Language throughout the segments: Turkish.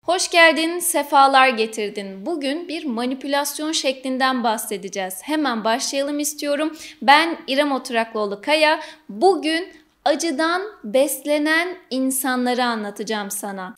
Hoş geldin, sefalar getirdin. Bugün bir manipülasyon şeklinden bahsedeceğiz. Hemen başlayalım istiyorum. Ben İrem Oturaklıoğlu Kaya. Bugün acıdan beslenen insanları anlatacağım sana.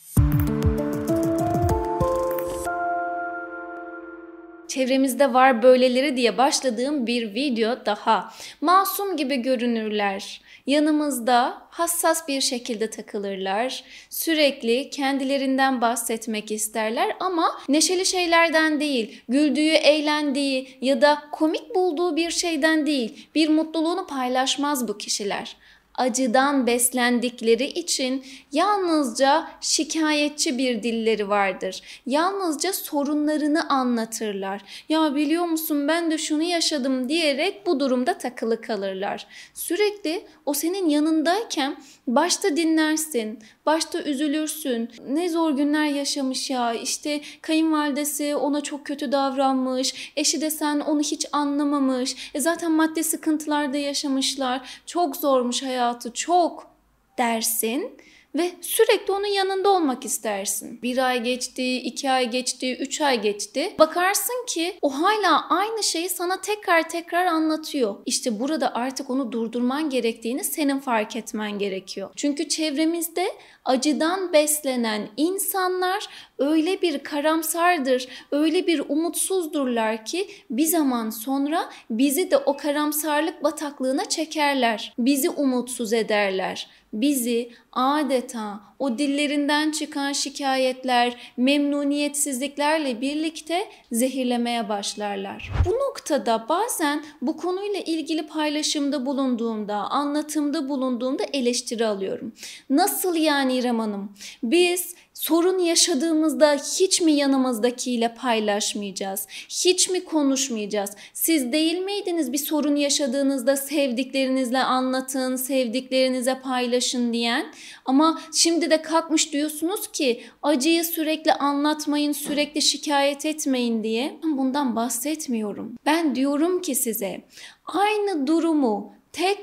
Çevremizde var böyleleri diye başladığım bir video daha. Masum gibi görünürler. Yanımızda hassas bir şekilde takılırlar. Sürekli kendilerinden bahsetmek isterler ama neşeli şeylerden değil, güldüğü, eğlendiği ya da komik bulduğu bir şeyden değil. Bir mutluluğunu paylaşmaz bu kişiler. Acıdan beslendikleri için yalnızca şikayetçi bir dilleri vardır. Yalnızca sorunlarını anlatırlar. Ya biliyor musun ben de şunu yaşadım diyerek bu durumda takılı kalırlar. Sürekli o senin yanındayken başta dinlersin, başta üzülürsün. Ne zor günler yaşamış ya, işte kayınvalidesi ona çok kötü davranmış, eşi desen onu hiç anlamamış. Zaten maddi sıkıntılarda yaşamışlar, çok zormuş hayatı, çok dersin. Ve sürekli onun yanında olmak istersin. 1 ay geçti, 2 ay geçti, 3 ay geçti. Bakarsın ki o hala aynı şeyi sana tekrar anlatıyor. İşte burada artık onu durdurman gerektiğini senin fark etmen gerekiyor. Çünkü çevremizde acıdan beslenen insanlar öyle bir karamsardır, öyle bir umutsuzdurlar ki bir zaman sonra bizi de o karamsarlık bataklığına çekerler. Bizi umutsuz ederler. Bizi adeta o dillerinden çıkan şikayetler, memnuniyetsizliklerle birlikte zehirlemeye başlarlar. Bu noktada bazen bu konuyla ilgili paylaşımda bulunduğumda, anlatımda bulunduğumda eleştiri alıyorum. Nasıl yani İrem Hanım? Biz sorun yaşadığımızda hiç mi yanımızdakiyle paylaşmayacağız? Hiç mi konuşmayacağız? Siz değil miydiniz bir sorun yaşadığınızda sevdiklerinizle anlatın, sevdiklerinize paylaşın diyen? Ama şimdi de kalkmış diyorsunuz ki acıyı sürekli anlatmayın, sürekli şikayet etmeyin diye. Bundan bahsetmiyorum. Ben diyorum ki size aynı durumu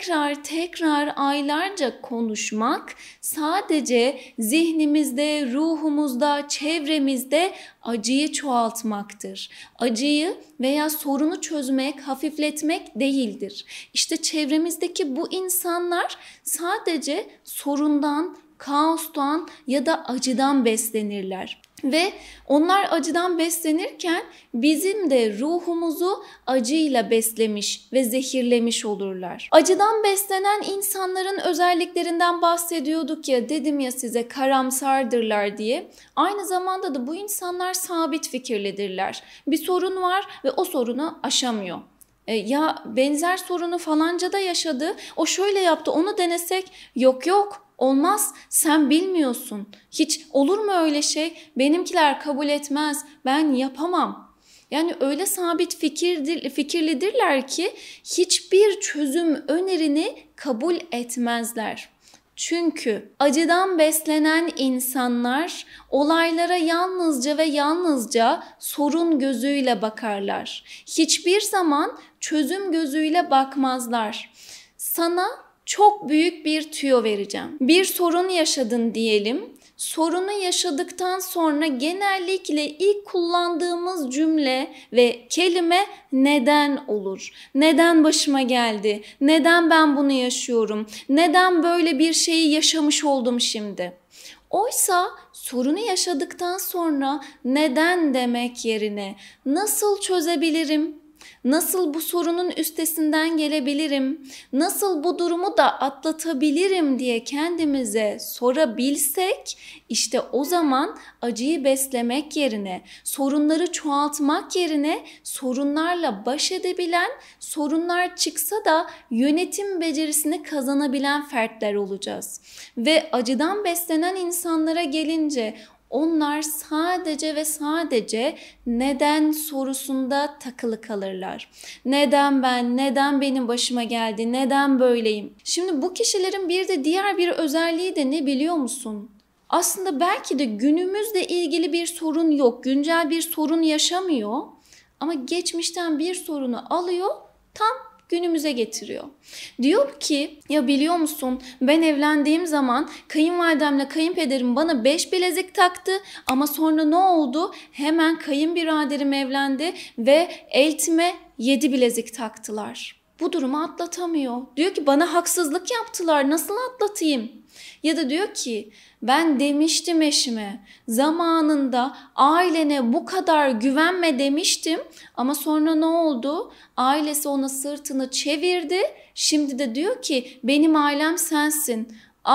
tekrar aylarca konuşmak sadece zihnimizde, ruhumuzda, çevremizde acıyı çoğaltmaktır. Acıyı veya sorunu çözmek, hafifletmek değildir. İşte çevremizdeki bu insanlar sadece sorundan, kaostan ya da acıdan beslenirler. Ve onlar acıdan beslenirken bizim de ruhumuzu acıyla beslemiş ve zehirlemiş olurlar. Acıdan beslenen insanların özelliklerinden bahsediyorduk ya, dedim ya size karamsardırlar diye. Aynı zamanda da bu insanlar sabit fikirlidirler. Bir sorun var ve o sorunu aşamıyor. Ya benzer sorunu falanca da yaşadı, o şöyle yaptı, onu denesek, yok. Olmaz, sen bilmiyorsun. Hiç olur mu öyle şey? Benimkiler kabul etmez, ben yapamam. Yani öyle sabit fikirlidirler ki hiçbir çözüm önerini kabul etmezler. Çünkü acıdan beslenen insanlar olaylara yalnızca sorun gözüyle bakarlar. Hiçbir zaman çözüm gözüyle bakmazlar. Sana çok büyük bir tüyo vereceğim. Bir sorun yaşadın diyelim. Sorunu yaşadıktan sonra genellikle ilk kullandığımız cümle ve kelime neden olur? Neden başıma geldi? Neden ben bunu yaşıyorum? Neden böyle bir şeyi yaşamış oldum şimdi? Oysa sorunu yaşadıktan sonra neden demek yerine nasıl çözebilirim? Nasıl bu sorunun üstesinden gelebilirim? Nasıl bu durumu da atlatabilirim diye kendimize sorabilsek, işte o zaman acıyı beslemek yerine, sorunları çoğaltmak yerine sorunlarla baş edebilen, sorunlar çıksa da yönetim becerisini kazanabilen fertler olacağız. Ve acıdan beslenen insanlara gelince onlar sadece ve sadece neden sorusunda takılı kalırlar. Neden ben, neden benim başıma geldi, neden böyleyim? Şimdi bu kişilerin bir de diğer bir özelliği de ne biliyor musun? Aslında belki de günümüzle ilgili bir sorun yok, güncel bir sorun yaşamıyor ama geçmişten bir sorunu alıyor, tam günümüze getiriyor. Diyor ki ya biliyor musun ben evlendiğim zaman kayınvalidemle kayınpederim bana 5 bilezik taktı ama sonra ne oldu? Hemen kayınbiraderim evlendi ve eltime 7 bilezik taktılar. Bu durumu atlatamıyor. Diyor ki bana haksızlık yaptılar, nasıl atlatayım? Ya da diyor ki ben demiştim eşime zamanında ailene bu kadar güvenme demiştim ama sonra ne oldu? Ailesi ona sırtını çevirdi. Şimdi de diyor ki benim ailem sensin.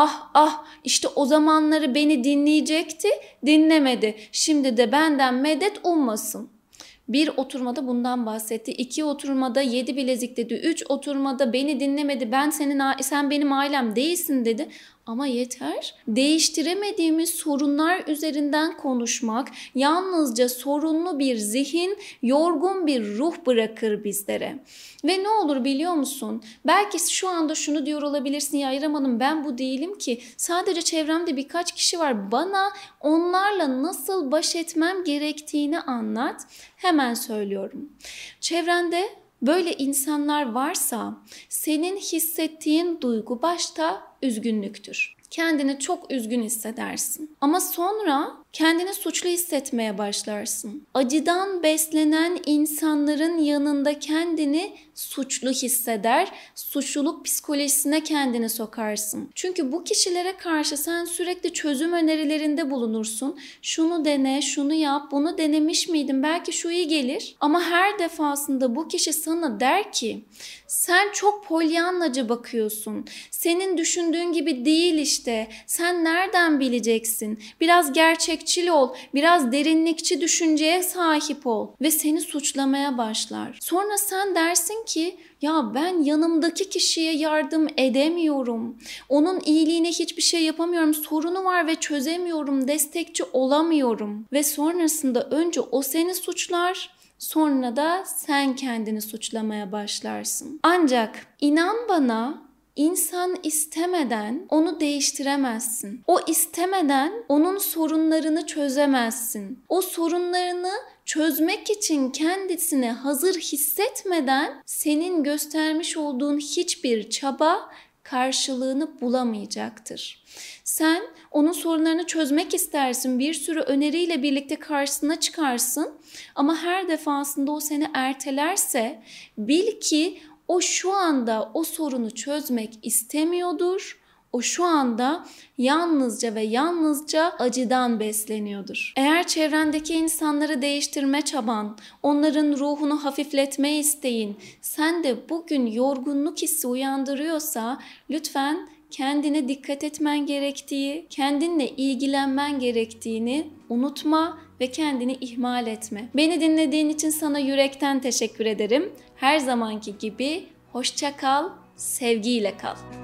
Ah işte o zamanları beni dinleyecekti, dinlemedi. Şimdi de benden medet ummasın. Bir oturmada bundan bahsetti. 2 oturmada 7 bilezik dedi. 3 oturmada beni dinlemedi. Sen benim ailem değilsin dedi. Ama yeter. Değiştiremediğimiz sorunlar üzerinden konuşmak yalnızca sorunlu bir zihin, yorgun bir ruh bırakır bizlere. Ve ne olur biliyor musun? Belki şu anda şunu diyor olabilirsin ya İrem Hanım ben bu değilim ki. Sadece çevremde birkaç kişi var. Bana onlarla nasıl baş etmem gerektiğini anlat. Hemen söylüyorum. Çevrende böyle insanlar varsa senin hissettiğin duygu başta üzgünlüktür. Kendini çok üzgün hissedersin. Ama sonra kendini suçlu hissetmeye başlarsın. Acıdan beslenen insanların yanında kendini suçlu hisseder, suçluluk psikolojisine kendini sokarsın. Çünkü bu kişilere karşı sen sürekli çözüm önerilerinde bulunursun. Şunu dene, şunu yap, bunu denemiş miydin? Belki şu iyi gelir. Ama her defasında bu kişi sana der ki sen çok polyanlacı bakıyorsun. Senin düşündüğün gibi değil işte. Sen nereden bileceksin? Biraz gerçekçil ol, biraz derinlikçi düşünceye sahip ol ve seni suçlamaya başlar. Sonra sen dersin ki ya ben yanımdaki kişiye yardım edemiyorum. Onun iyiliğine hiçbir şey yapamıyorum. Sorunu var ve çözemiyorum. Destekçi olamıyorum. Ve sonrasında önce o seni suçlar, sonra da sen kendini suçlamaya başlarsın. Ancak inan bana, İnsan istemeden onu değiştiremezsin. O istemeden onun sorunlarını çözemezsin. O sorunlarını çözmek için kendisini hazır hissetmeden senin göstermiş olduğun hiçbir çaba karşılığını bulamayacaktır. Sen onun sorunlarını çözmek istersin, bir sürü öneriyle birlikte karşısına çıkarsın ama her defasında o seni ertelerse bil ki o şu anda o sorunu çözmek istemiyordur. O şu anda yalnızca ve yalnızca acıdan besleniyordur. Eğer çevrendeki insanları değiştirme çaban, onların ruhunu hafifletme isteğin, sen de bugün yorgunluk hissi uyandırıyorsa lütfen kendine dikkat etmen gerektiği, kendinle ilgilenmen gerektiğini unutma ve kendini ihmal etme. Beni dinlediğin için sana yürekten teşekkür ederim. Her zamanki gibi hoşça kal, sevgiyle kal.